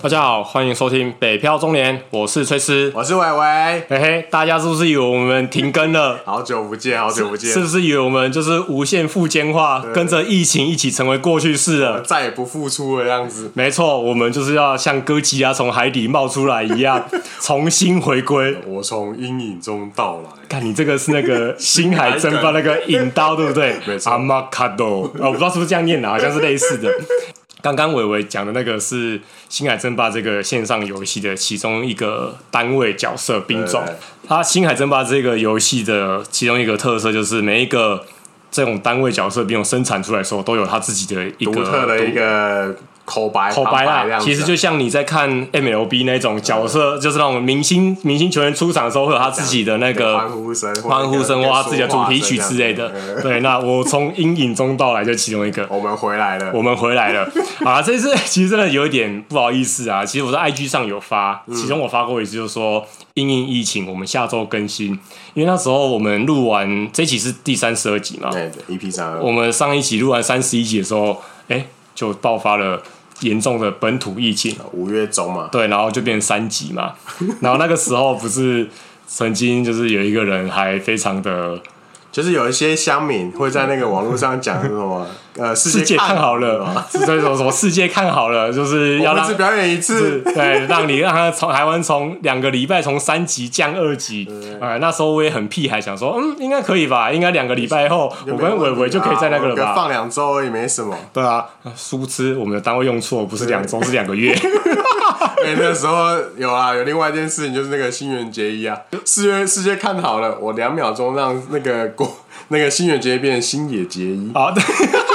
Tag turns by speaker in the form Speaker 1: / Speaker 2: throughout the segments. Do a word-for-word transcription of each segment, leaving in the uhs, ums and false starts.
Speaker 1: 大家好，欢迎收听《北漂中年》，我是崔斯，
Speaker 2: 我是伟伟。
Speaker 1: 嘿嘿，大家是不是以为我们停更了？
Speaker 2: 好久不见，好久不见，
Speaker 1: 是不是以为我们就是无限复健化，跟着疫情一起成为过去式了，
Speaker 2: 再也不复出的样子？
Speaker 1: 没错，我们就是要像哥吉拉从海底冒出来一样，重新回归。
Speaker 2: 我从阴影中到来。
Speaker 1: 看你这个是那个星海争霸那个引刀，对不对？
Speaker 2: 没错。
Speaker 1: 阿玛卡多，我不知道是不是这样念的，好像是类似的。刚刚伟伟讲的那个是《星海争霸》这个线上游戏的其中一个单位角色兵种。它《星海争霸》这个游戏的其中一个特色就是每一个这种单位角色兵种生产出来的时候，都有它自己的一个
Speaker 2: 独特的一个口白，
Speaker 1: 口白啦。其实就像你在看 M L B 那种角色，就是那种明星明星球员出场的时候，会有他自己的那个
Speaker 2: 欢呼声、
Speaker 1: 欢呼声或他自己的主题曲之类的。对，那我从阴影中到来就其中一个。
Speaker 2: 我们回来了，
Speaker 1: 我们回来了。啊，这次其实真的有一点不好意思啊。其实我在 I G 上有发，其中我发过一次，就是说因应疫情，我们下周更新。因为那时候我们录完这一集是第三十二集嘛，
Speaker 2: 对对 ，E P 三十二。
Speaker 1: 我们上一集录完三十一集的时候，哎、欸，就爆发了严重的本土疫情，
Speaker 2: 五月中嘛，
Speaker 1: 对，然后就变成三级嘛。然后那个时候不是曾经就是有一个人还非常的，
Speaker 2: 就是有一些乡民会在那个网络上讲什么，呃，
Speaker 1: 世界看好了，是这种什么世界看好了，就是要让
Speaker 2: 我们只表演一次，
Speaker 1: 对，让你让他从台湾从两个礼拜从三级降二级。呃，那时候我也很屁孩，想说，嗯，应该可以吧，应该两个礼拜后，我跟伟伟就可以在那个了吧，
Speaker 2: 放两周而已，没什么。
Speaker 1: 对啊，殊不知我们的单位用错，不是两周，是两个月。
Speaker 2: 哎，那时候有啊，有另外一件事情，就是那个新垣结衣啊，世界世界看好了，我两秒钟让那个国那个新垣结衣变成新野结衣。
Speaker 1: 好的。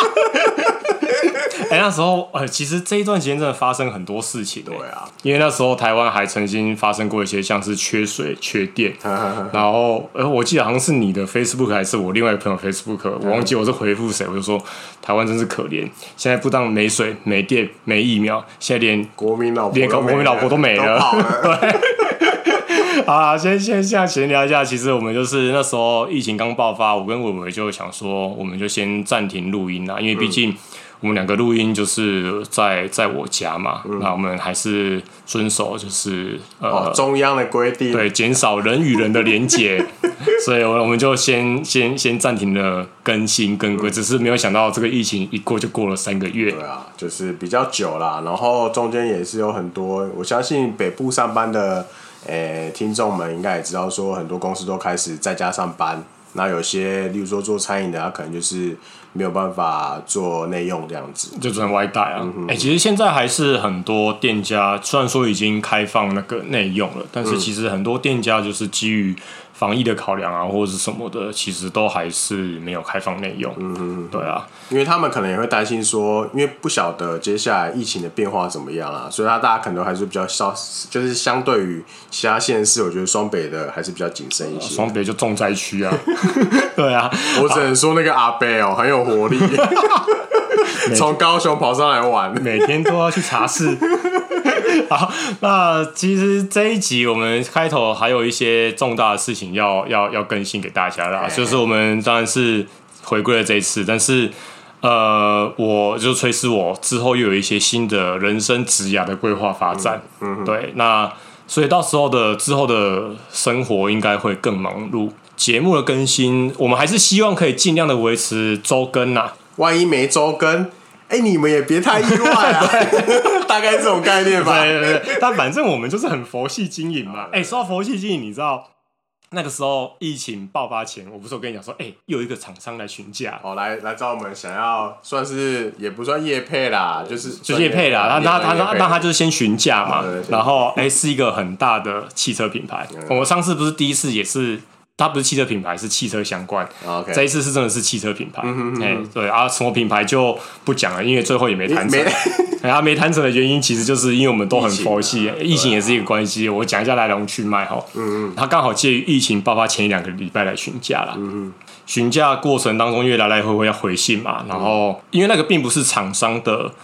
Speaker 1: 哎、欸，那时候呃，其实这一段时间真的发生很多事情、欸。
Speaker 2: 对啊，
Speaker 1: 因为那时候台湾还曾经发生过一些像是缺水、缺电，然后呃，我记得好像是你的 Facebook 还是我另外一个朋友 Facebook， 我忘记我是回复谁，我就说台湾真是可怜，现在不但没水、没电、没疫苗，现在连
Speaker 2: 国民老婆
Speaker 1: 连国民老婆都没了。
Speaker 2: 了
Speaker 1: 对，好啦，先先现在闲聊一下，其实我们就是那时候疫情刚爆发，我跟伟伟就想说，我们就先暂停录音啦，因为毕竟。我们两个录音就是在在我家嘛，嗯、那我们还是遵守就是呃、
Speaker 2: 哦、中央的规定，
Speaker 1: 对，减少人与人的连结，所以我们就先先先暂停了更新更规，嗯、只是没有想到这个疫情一过就过了三个月，
Speaker 2: 对啊，就是比较久啦，然后中间也是有很多，我相信北部上班的诶听众们应该也知道，说很多公司都开始在家上班。那有些，例如说做餐饮的，他可能就是没有办法做内用这样子，
Speaker 1: 就只能外带啊。哎、嗯欸，其实现在还是很多店家，虽然说已经开放那个内用了，但是其实很多店家就是基于防疫的考量啊，或者是什么的，其实都还是没有开放内用。嗯嗯，对啊，
Speaker 2: 因为他们可能也会担心说，因为不晓得接下来疫情的变化怎么样啊，所以他大家可能还是比较稍，就是相对于其他县市，我觉得双北的还是比较谨慎一些。
Speaker 1: 双北就重灾区啊。对啊，
Speaker 2: 我只能说那个阿伯哦、喔、很有活力，从高雄跑上来玩，
Speaker 1: 每天都要去茶室。好，那其实这一集我们开头还有一些重大的事情要要要更新给大家啦，就是我们当然是回归了这一次，但是呃，我就催使我之后又有一些新的人生职涯的规划发展，嗯嗯、对，那所以到时候的之后的生活应该会更忙碌。节目的更新，我们还是希望可以尽量的维持周更啦。
Speaker 2: 万一没周更，哎、欸，你们也别太意外啊，大概这种概念吧。
Speaker 1: 对对对，但反正我们就是很佛系经营嘛。哎、欸，说到佛系经营，你知道那个时候疫情爆发前，我不是有跟你讲说，哎、欸，又有一个厂商来询价，
Speaker 2: 哦，来来找我们，想要算是也不算业配啦，就是
Speaker 1: 就是业配啦。他他他那他就是先询价嘛，
Speaker 2: 对对对，
Speaker 1: 然后哎、欸、是一个很大的汽车品牌。我们上次不是第一次也是。它不是汽车品牌，是汽车相关。
Speaker 2: Okay.
Speaker 1: 这一次是真的是汽车品牌。嗯欸、对啊，什么品牌就不讲了，因为最后也没谈成。哎、啊，没谈成的原因其实就是因为我们都很佛系，疫情也是一个关系。我讲一下来龙去脉哈。嗯嗯。他刚好介于疫情爆发前一两个礼拜来询价啦。嗯嗯。询价过程当中，因为来来回回要回信嘛，然后因为那个并不是厂商的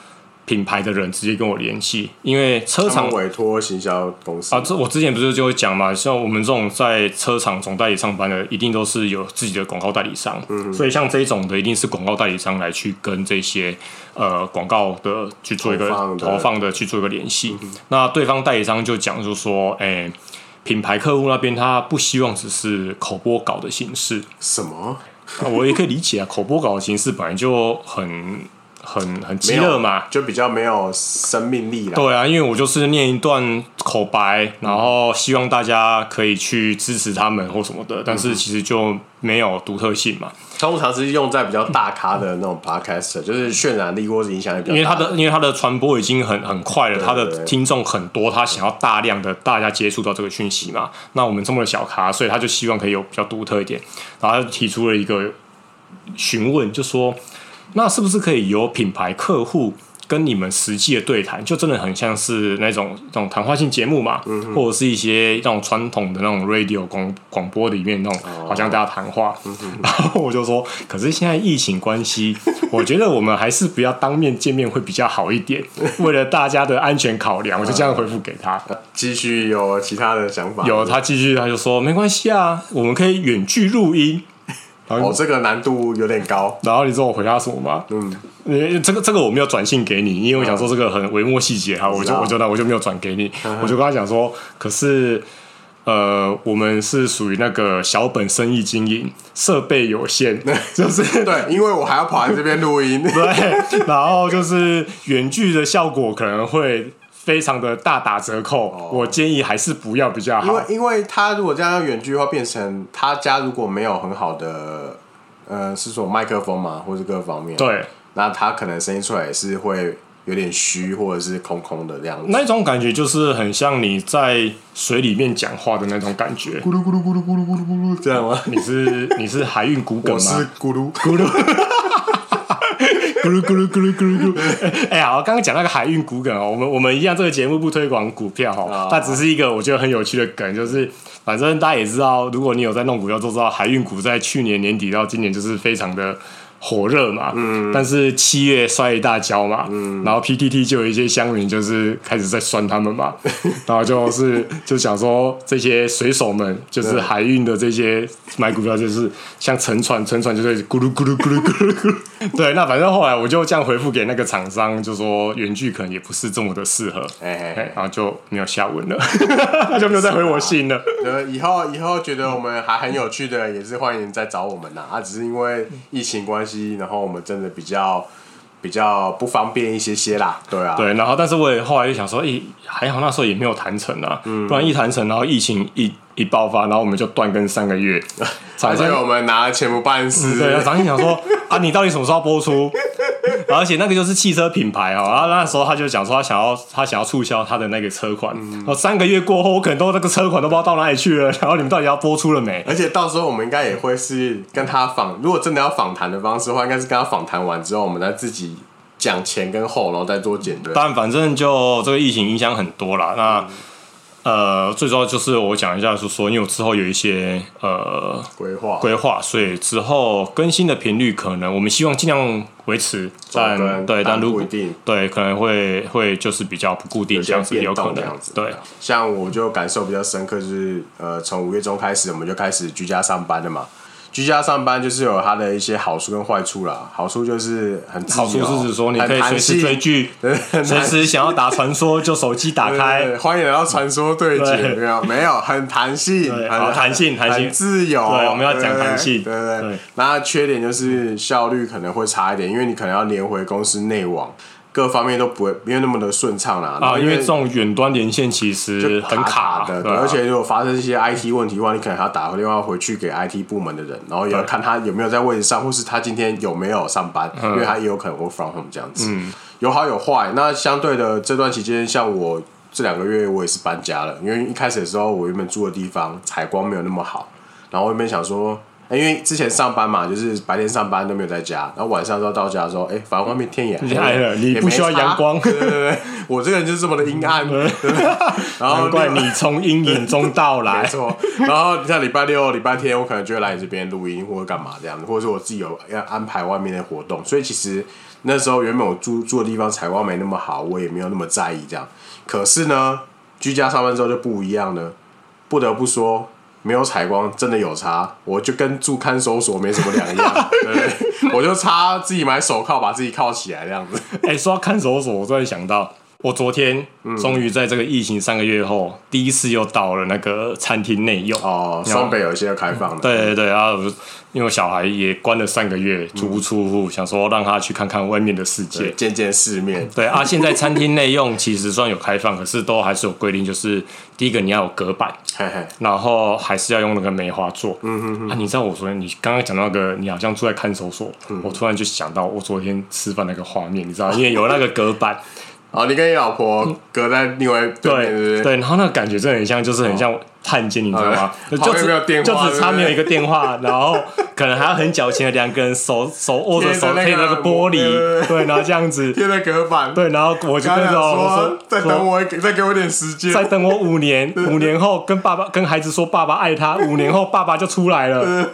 Speaker 1: 品牌的人直接跟我联系，因为车厂
Speaker 2: 委托行销公司
Speaker 1: 啊，这我之前不是就会讲嘛，像我们这种在车厂总代理上班的，一定都是有自己的广告代理商，嗯，所以像这一种的，一定是广告代理商来去跟这些呃广告的去做一个投放 的, 投放的去做一个联系。嗯、那对方代理商就讲，就说，哎、欸，品牌客户那边他不希望只是口播稿的形式，
Speaker 2: 什么？
Speaker 1: 啊、我也可以理解啊，口播稿的形式本来就很。很很激烈嘛，
Speaker 2: 就比较没有生命力啦。
Speaker 1: 对啊，因为我就是念一段口白，然后希望大家可以去支持他们或什么的，但是其实就没有独特性嘛。
Speaker 2: 通常是用在比较大咖的那种 podcast， 就是渲染力或是影响力比较大。
Speaker 1: 因为他的因为他的传播已经很很快了，他的听众很多，他想要大量的大家接触到这个讯息嘛。那我们这么的小咖，所以他就希望可以有比较独特一点，然后他就提出了一个询问，就说。那是不是可以由品牌客户跟你们实际的对谈，就真的很像是那种那种谈话性节目嘛，嗯、或者是一些那种传统的那种 radio 广广播里面那种，哦、好像大家谈话。嗯、然后我就说，可是现在疫情关系，我觉得我们还是不要当面见面会比较好一点，为了大家的安全考量，我就这样回复给他。
Speaker 2: 继续有其他的想法？
Speaker 1: 有，他继续他就说没关系啊，我们可以远距录音。
Speaker 2: 哦，这个难度有点高。
Speaker 1: 然后你知道我回答什么吗？嗯，你这个这个我没有转信给你，因为我想说这个很微末细节哈，我就我就我就没有转给你，嗯、我就跟他讲说，可是呃，我们是属于那个小本生意经营，设备有限，就是
Speaker 2: 对，因为我还要跑来这边录音，
Speaker 1: 对，然后就是远距的效果可能会。非常的大打折扣，哦、我建议还是不要比较好。
Speaker 2: 因为因为他如果这样远距的话，变成他家如果没有很好的，呃，是说麦克风嘛，或者各方面，
Speaker 1: 对，
Speaker 2: 那他可能声音出来也是会有点虚，或者是空空的这样子。
Speaker 1: 那种感觉就是很像你在水里面讲话的那种感觉，
Speaker 2: 咕噜咕噜咕噜咕噜咕噜咕噜，这样吗？
Speaker 1: 你是你是海运骨梗吗？
Speaker 2: 我是咕噜
Speaker 1: 咕噜。咕噜咕噜咕噜咕噜咕噜，哎呀，我刚刚讲那个海运股梗哦，我们我们一样，这个节目不推广股票哈，它只是一个我觉得很有趣的梗，就是反正大家也知道，如果你有在弄股票，都知道海运股在去年年底到今年就是非常的火热嘛，嗯，但是七月摔一大跤嘛，嗯，然后 P T T 就有一些乡民就是开始在酸他们嘛，然后就是就想说这些水手们就是海运的这些买股票就是像沉船，沉船就是咕噜咕噜咕噜咕噜咕噜。对，那反正后来我就这样回复给那个厂商，就说远距可能也不是这么的适合，哎、欸欸，然后就没有下文了，他就没有再回我信了。
Speaker 2: 呃，以后以后觉得我们还很有趣的，也是欢迎再找我们呐。啊，只是因为疫情关系，然后我们真的比较比较不方便一些些啦，对啊，
Speaker 1: 对，然后但是我也后来就想说，哎、欸，还好那时候也没有谈成啊，嗯、不然一谈成，然后疫情一。一爆发，然后我们就断更三个月。
Speaker 2: 厂商我们拿钱不办事。
Speaker 1: 对，厂商想说啊，你到底什么时候播出？而且那个就是汽车品牌哦，然后那时候他就讲说他想要他想要促销他的那个车款，嗯、然后三个月过后，我可能都那个车款都不知道到哪里去了。然后你们到底要播出了没？
Speaker 2: 而且到时候我们应该也会是跟他访，如果真的要访谈的方式的话，应该是跟他访谈完之后，我们再自己讲前跟后，然后再做剪对。
Speaker 1: 但反正就这个疫情影响很多啦，那。嗯呃，最主要就是我讲一下，是说，因为我之后有一些呃
Speaker 2: 规划
Speaker 1: 规划，所以之后更新的频率可能我们希望尽量维持，但对，但如果对可能会会就是比较不固定，这样子有可能。对，
Speaker 2: 像我就感受比较深刻，就是呃，从五月中开始，我们就开始居家上班了嘛。居家上班就是有它的一些好处跟坏处啦。好处就是很自由，
Speaker 1: 好处是指说你可以随时追剧，随时想要打传说就手机打开。
Speaker 2: 对对对，欢迎来到传说对决，没有没有，很弹性，
Speaker 1: 很弹性，弹性，
Speaker 2: 很自由。
Speaker 1: 对，我们要讲弹性。
Speaker 2: 对对对。那缺点就是效率可能会差一点，因为你可能要连回公司内网。各方面都不会没有那么的顺畅啦
Speaker 1: 啊，因为这种远端连线其实很卡
Speaker 2: 的，对，而且如果发生一些 I T 问题的话，你可能还要打个电话回去给 I T 部门的人，然后也要看他有没有在位置上，或是他今天有没有上班，嗯、因为他也有可能 work from home 这样子，嗯、有好有坏。那相对的这段期间，像我这两个月我也是搬家了，因为一开始的时候我原本住的地方采光没有那么好，然后我原本想说。 因为之前上班嘛，就是白天上班都没有在家，然后晚上之后到家的时候，哎、欸，反正外面天也
Speaker 1: 黑了，你不需要阳光。
Speaker 2: 对对对，我这个人就是这么的阴暗。然后
Speaker 1: 难怪你从阴影中到来。
Speaker 2: 没错。然后像礼拜六、礼拜天，我可能就会来你这边录音或者干嘛这样子，或者是我自己有要安排外面的活动，所以其实那时候原本我住住的地方采光没那么好，我也没有那么在意这样。可是呢，居家上班之后就不一样了，不得不说。没有采光真的有差，我就跟住看守所没什么两样，对，我就差自己买手铐把自己铐起来这样子。
Speaker 1: 哎、欸，说到看守所，我突然想到，我昨天终于在这个疫情三个月后，第一次又到了那个餐厅内用。
Speaker 2: 哦，双北有一些开放了。
Speaker 1: 对对对，然后因为我小孩也关了三个月，足不出户，嗯、想说让他去看看外面的世界，
Speaker 2: 见见世面。
Speaker 1: 对啊，现在餐厅内用其实虽然有开放，可是都还是有规定，就是第一个你要有隔板，
Speaker 2: 嘿嘿
Speaker 1: 然后还是要用那个梅花座。
Speaker 2: 嗯哼哼
Speaker 1: 啊，你知道我昨天你刚刚讲到那个，你好像住在看守所，嗯、我突然就想到我昨天吃饭那个画面，你知道，因为有那个隔板。
Speaker 2: 哦，你跟你老婆隔在另外对面，对对
Speaker 1: 对，然后那个感觉真的很像，就是很像探监，你知道吗？
Speaker 2: 就
Speaker 1: 只
Speaker 2: 没有电话，
Speaker 1: 就只差没有一个电话，然后可能还要很矫情的两个人手手握着手贴那个玻璃，对，然后这样子
Speaker 2: 贴在隔板，
Speaker 1: 对，然后我就跟着说，
Speaker 2: 再等我，再给我一点时间，
Speaker 1: 再等我五年，五年后跟爸爸跟孩子说爸爸爱他，五年后爸爸就出来了。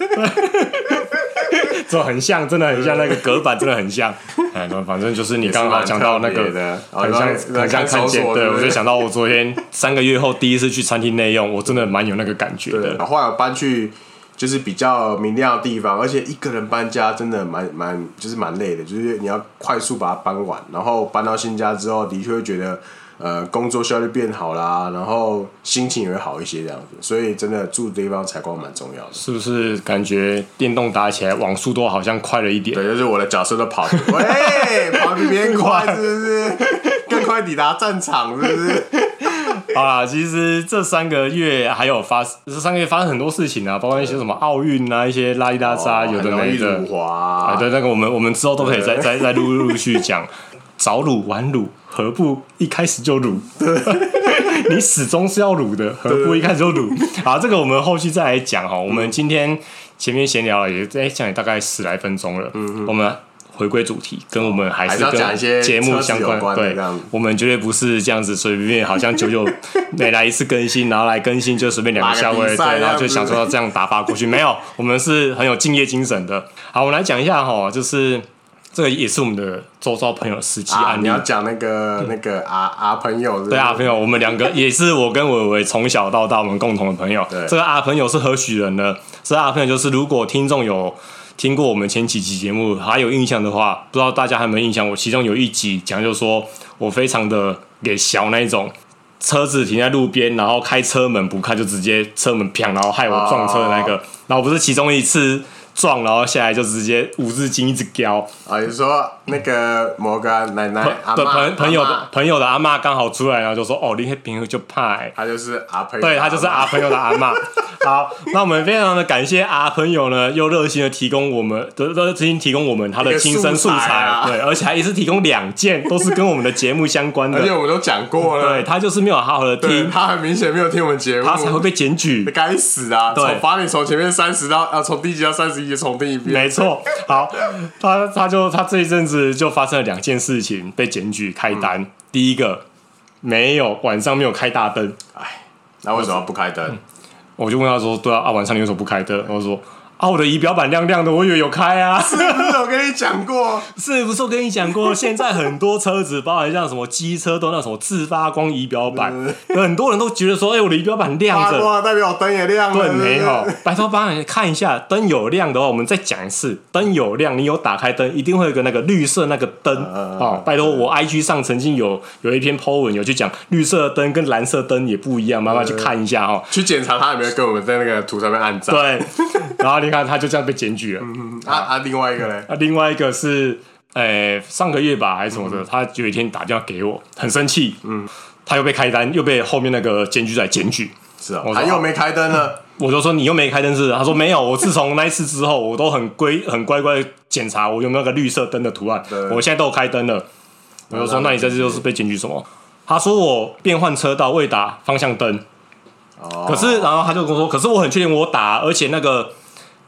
Speaker 1: 这很像，真的很像那个隔板，真的很像。哎，反正就是你刚刚讲到那个，很像很像看见。对，我就想到我昨天三个月后第一次去餐厅内用，我真的蛮有那个感觉的。
Speaker 2: 后来我搬去就是比较明亮的地方，而且一个人搬家真的蛮蛮就是蛮累的，就是你要快速把它搬完，然后搬到新家之后，的确会觉得。呃，工作效率变好啦，然后心情也会好一些，这样子，所以真的住的地方采光蛮重要的。
Speaker 1: 是不是感觉电动打起来网速都好像快了一点？
Speaker 2: 对，就是我的角色都跑，喂，跑比别人快，是不是？更快抵达战场，是不是？
Speaker 1: 好啦，其实这三个月还有发，这三个月发生很多事情啊，包括一些什么奥运啊，一些拉里拉扎，有的没的。
Speaker 2: 啊，
Speaker 1: 对，那个我们我们之后都可以再再再陆陆续讲。早卤晚卤，何不一开始就卤？你始终是要卤的，何不一开始就卤？好，这个我们后续再来讲哈。我们今天前面闲聊了也在讲，也大概十来分钟了。嗯嗯，我们回归主题，跟我们还是跟节目相关。对，我们绝对不是这样子随便，好像久久每来一次更新，然后来更新就随便两个下位，对，然后就想说这样打发过去。没有，我们是很有敬业精神的。好，我们来讲一下哈，就是。这个也是我们的周遭朋友的实际案例。啊、
Speaker 2: 你要讲那个那个阿阿朋友是不是？
Speaker 1: 对啊，朋友，我们两个也是我跟伟伟从小到大我们共同的朋友。这个阿朋友是何许人呢？这个阿朋友就是如果听众有听过我们前几集节目还有印象的话，不知道大家还有没有印象？我其中有一集讲就是说我非常的给小那一种。车子停在路边，然后开车门不看就直接车门砰，然后害我撞车的那个，哦、然后不是其中一次撞，然后下来就直接五字经一直飙。
Speaker 2: 啊，你说那个某个奶奶阿嬷
Speaker 1: 朋朋友的朋友的阿嬷刚好出来，然后就说：“哦，你那朋友就怕、欸。”
Speaker 2: 他就是阿朋友，
Speaker 1: 对他就是阿朋友的阿嬷。好，那我们非常的感谢阿朋友呢，又热心的提供我们，都都提提供我们他的亲身素材，啊、对，而且还也是提供两件，都是跟我们的节目相关的，
Speaker 2: 而且我们都讲过了。
Speaker 1: 对他就是没有好好的听，
Speaker 2: 他很明显没有听我们节目，
Speaker 1: 他才会被检举，
Speaker 2: 该死啊！对，把你从前面三十到啊，从第一集到三十一集重听一遍。
Speaker 1: 没错，好，他他就他这一阵子就发生了两件事情，被检举开单。嗯、第一个，没有晚上没有开大灯，
Speaker 2: 哎，那为什么不开灯？
Speaker 1: 嗯我就问他说：“对啊，啊晚上你为什么不开灯？”然后说：“啊，我的仪表板亮亮的，我以为有开啊。”
Speaker 2: 是不是我跟你讲过？
Speaker 1: 是不是我跟你讲过？现在很多车子，包含像什么机车，都那什么自发光仪表板，有很多人都觉得说：“哎、欸，我的仪表板亮着，
Speaker 2: 发光代表灯也亮了。”
Speaker 1: 对，没有。拜托帮你看一下，灯有亮的话，我们再讲一次，灯有亮，你有打开灯，一定会有个那个绿色那个灯啊、哦。拜托，我 I G 上曾经有有一篇 po 文有去讲绿色的灯跟蓝色灯也不一样，麻烦去看一下哈、哦，
Speaker 2: 去检查他有没有跟我们在那个图上面按赞。
Speaker 1: 对，然后你看他就这样被检举了。
Speaker 2: 嗯、啊啊，另外一个呢？
Speaker 1: 啊，另外一个是，诶、欸，上个月吧还是什么的，嗯、他有一天打电话给我，很生气，嗯，他又被开单，又被后面那个检举仔检举。
Speaker 2: 是啊，他又没开灯了。
Speaker 1: 我就说你又没开灯是？他说没有，我自从那一次之后，我都很规很乖乖检查我有没有那个绿色灯的图案，我现在都有开灯了。我就说那你这次就是被检举什么？他说我变换车道未打方向灯。哦、可是，然后他就跟我说，可是我很确定我打，而且那个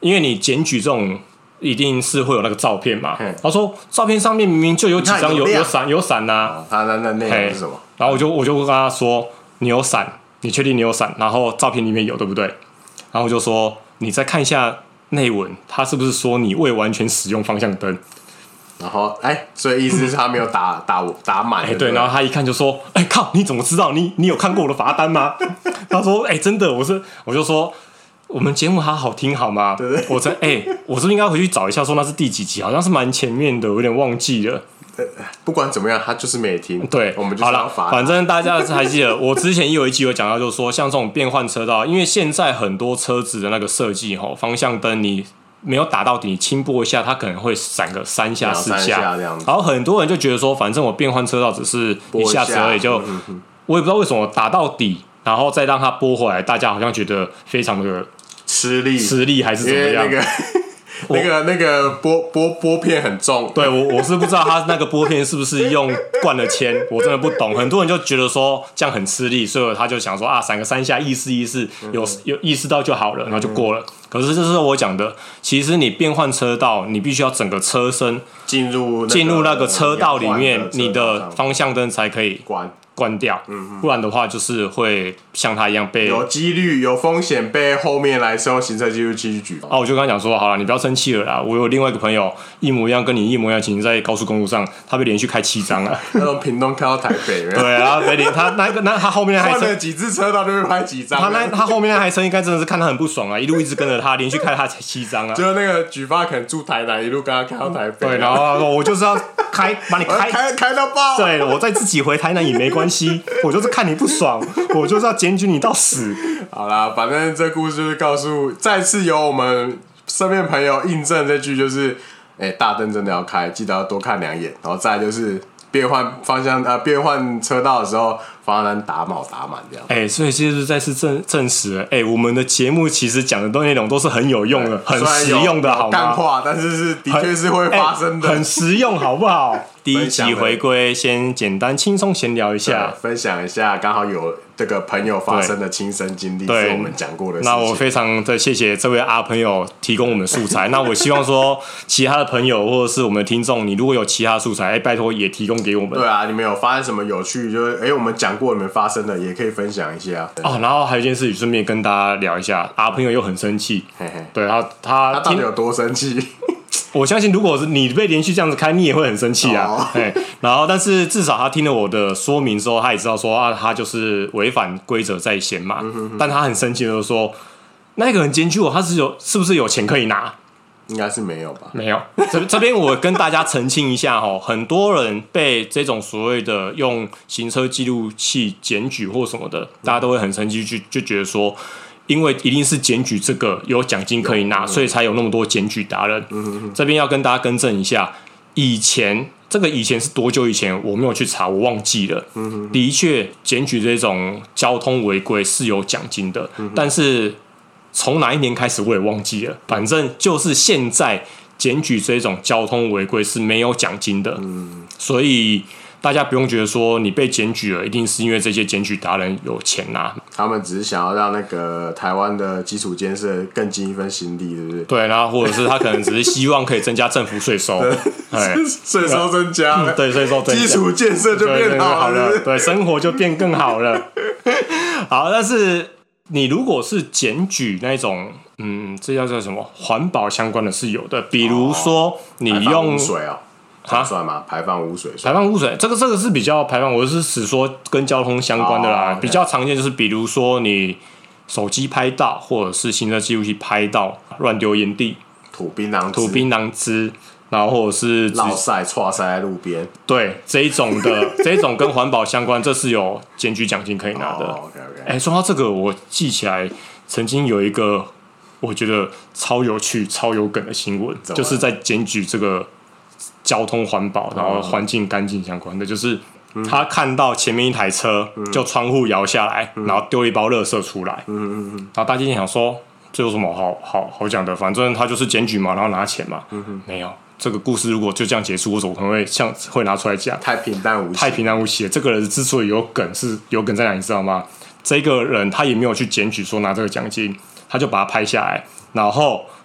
Speaker 1: 因为你检举这种一定是会有那个照片嘛。他说照片上面明明就有几张有有伞有伞呐，
Speaker 2: 他那那内容是什么？
Speaker 1: 然后我就我就跟他说你有伞，你确定你有伞？然后照片里面有对不对？然后我就说你再看一下内文，他是不是说你未完全使用方向灯？
Speaker 2: 然后哎，所以意思是他没有打打打满。
Speaker 1: 哎，对，然后他一看就说：“哎靠，你怎么知道？你你有看过我的罚单吗？”他说：“哎，真的，我是我就说我们节目好好听好吗？
Speaker 2: 对对，
Speaker 1: 我真哎，我是不是应该回去找一下，说那是第几集？好像是蛮前面的，我有点忘记了。
Speaker 2: 不管怎么样，他就是没听。
Speaker 1: 对，
Speaker 2: 我们就好了，
Speaker 1: 反正大家还记得，我之前也有一集有讲到，就是说像这种变换车道，因为现在很多车子的那个设计吼，方向灯你没有打到底，你轻拨一下，它可能会闪个三下四下
Speaker 2: 这样子。
Speaker 1: 然后很多人就觉得说，反正我变换车道只是一下子而已，就、嗯嗯、我也不知道为什么打到底，然后再让它拨回来，大家好像觉得非常的
Speaker 2: 吃力，
Speaker 1: 吃力还是怎么样？
Speaker 2: 那个那个拨拨拨片很重，
Speaker 1: 对我我是不知道他那个拨片是不是用灌了铅，我真的不懂。很多人就觉得说这样很吃力，所以他就想说啊，闪个三下意识意识，有有意识到就好了，然后就过了。嗯、可是这是我讲的，其实你变换车道，你必须要整个车身
Speaker 2: 进入
Speaker 1: 进入那个车道里面，你的方向灯才可以
Speaker 2: 关。
Speaker 1: 关掉，嗯、不然的话就是会像他一样被
Speaker 2: 有几率、有风险被后面来使用行车记录器去举报。
Speaker 1: 哦，我就跟他讲说，好了，你不要生气了啦。我有另外一个朋友一模一样，跟你一模一样，情在高速公路上，他被连续开七张啊。
Speaker 2: 那从屏东开到台北，
Speaker 1: 对啊，被连他那个那他后面那台车
Speaker 2: 换了几次车道就被拍几张。
Speaker 1: 他那他后面那台车应该真的是看他很不爽啊，一路一直跟着他，连续开他七张啊。
Speaker 2: 就是那个举发可能住台南，一路跟他开到台北。
Speaker 1: 对，然后他说我就是要开把你开
Speaker 2: 开开到爆。
Speaker 1: 对，我再自己回台南也没关系，我就。就是看你不爽，我就是要检举你到死。
Speaker 2: 好啦，反正这故事就是告诉，再次由我们身边朋友印证这句，就是，哎、欸，大灯真的要开，记得要多看两眼。然后再来就是变换方向呃变换车道的时候，方向灯打满打满这样。
Speaker 1: 哎、欸，所以就是再次证证实了，哎、欸，我们的节目其实讲的内容都是很有用的，很实用的，好吗？
Speaker 2: 干话，但是是的确是会发生的，
Speaker 1: 很、欸、很实用，好不好？第一集回归，先简单轻松闲聊一下，
Speaker 2: 分享一下，刚好有这个朋友发生的亲身经历，是我们讲过的事情。
Speaker 1: 那我非常的谢谢这位阿朋友提供我们素材。那我希望说，其他的朋友或者是我们的听众，你如果有其他的素材，哎、欸，拜托也提供给我们。
Speaker 2: 对啊，你们有发生什么有趣，就是哎、欸，我们讲过你们发生的，也可以分享一下。
Speaker 1: 哦，然后还有一件事情，顺便跟大家聊一下，阿朋友又很生气，
Speaker 2: 嘿嘿
Speaker 1: 对，他他
Speaker 2: 他到底有多生气？
Speaker 1: 我相信，如果是你被连续这样子开，你也会很生气啊。
Speaker 2: 哦、
Speaker 1: 然后，但是至少他听了我的说明之后，他也知道说啊，他就是违反规则在先嘛。嗯、哼哼但他很生气的就说，那个人检举我，他是有是不是有钱可以拿？
Speaker 2: 应该是没有吧？
Speaker 1: 没有。这这边我跟大家澄清一下哈，很多人被这种所谓的用行车记录器检举或什么的，大家都会很生气，就就觉得说。因为一定是检举这个有奖金可以拿，所以才有那么多检举达人。嗯、这边要跟大家更正一下，以前这个以前是多久以前？我没有去查，我忘记了。嗯、的确，检举这种交通违规是有奖金的，嗯、但是从哪一年开始我也忘记了。反正就是现在检举这种交通违规是没有奖金的，嗯、所以。大家不用觉得说你被检举了，一定是因为这些检举达人有钱拿。
Speaker 2: 他们只是想要让那个台湾的基础建设更尽一份心力，对不对？
Speaker 1: 对，然后或者是他可能只是希望可以增加政府税收，
Speaker 2: 税收增加了，
Speaker 1: 嗯、对，税收增加，
Speaker 2: 基础建设就变好了，
Speaker 1: 对，对，生活就变更好了。好，但是你如果是检举那种，嗯，这叫做什么环保相关的是有的，比如说你用
Speaker 2: 水啊。啊，算吗？排放污水，
Speaker 1: 排放污水，这个这个是比较排放，我是指说跟交通相关的啦。Oh, okay. 比较常见就是，比如说你手机拍到，或者是行车记录器拍到乱丢烟蒂、
Speaker 2: 吐槟榔、
Speaker 1: 吐槟榔汁，然后或者是
Speaker 2: 落晒、错晒在路边，
Speaker 1: 对这一种的，这一种跟环保相关，这是有检举奖金可以拿的。
Speaker 2: 哦、oh, ，OK OK。
Speaker 1: 哎，说到这个，我记起来曾经有一个我觉得超有趣、超有梗的新闻，就是在检举这个。交通环保，然后环境干净相关的，就是他看到前面一台车，就窗户摇下来，然后丢一包垃圾出来，然后大家想说这有什么好好好讲的？反正他就是检举嘛，然后拿钱嘛，没有这个故事如果就这样结束，我怎么可能会像会拿出来讲？
Speaker 2: 太平淡无奇，
Speaker 1: 太平淡无奇了。这个人之所以有梗，是有梗在哪，你知道吗？这个人他也没有去检举说拿这个奖金，他就把它拍下来，然后。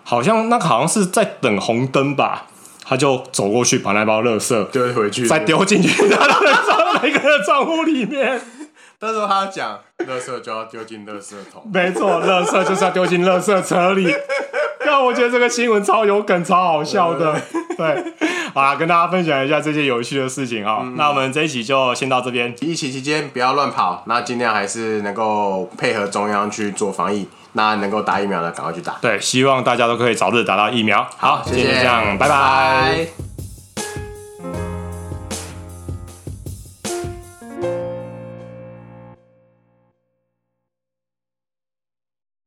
Speaker 1: 好像那个好像是在等红灯吧，他就走过去把那包垃圾
Speaker 2: 丢回去，
Speaker 1: 再丢进去他的每个人的账户里面。
Speaker 2: 那时候他讲，垃圾就要丢进垃圾桶。
Speaker 1: 没错，垃圾就是要丢进垃圾车里。但我觉得这个新闻超有梗，超好笑的。对，好啦，跟大家分享一下这些有趣的事情哈。嗯、那我们这一期就先到这边。
Speaker 2: 疫情期间不要乱跑，那尽量还是能够配合中央去做防疫。那能够打疫苗的赶快去打。
Speaker 1: 对，希望大家都可以早日打到疫苗。好，
Speaker 2: 谢谢，
Speaker 1: 今天就这样，拜拜。
Speaker 2: 拜拜。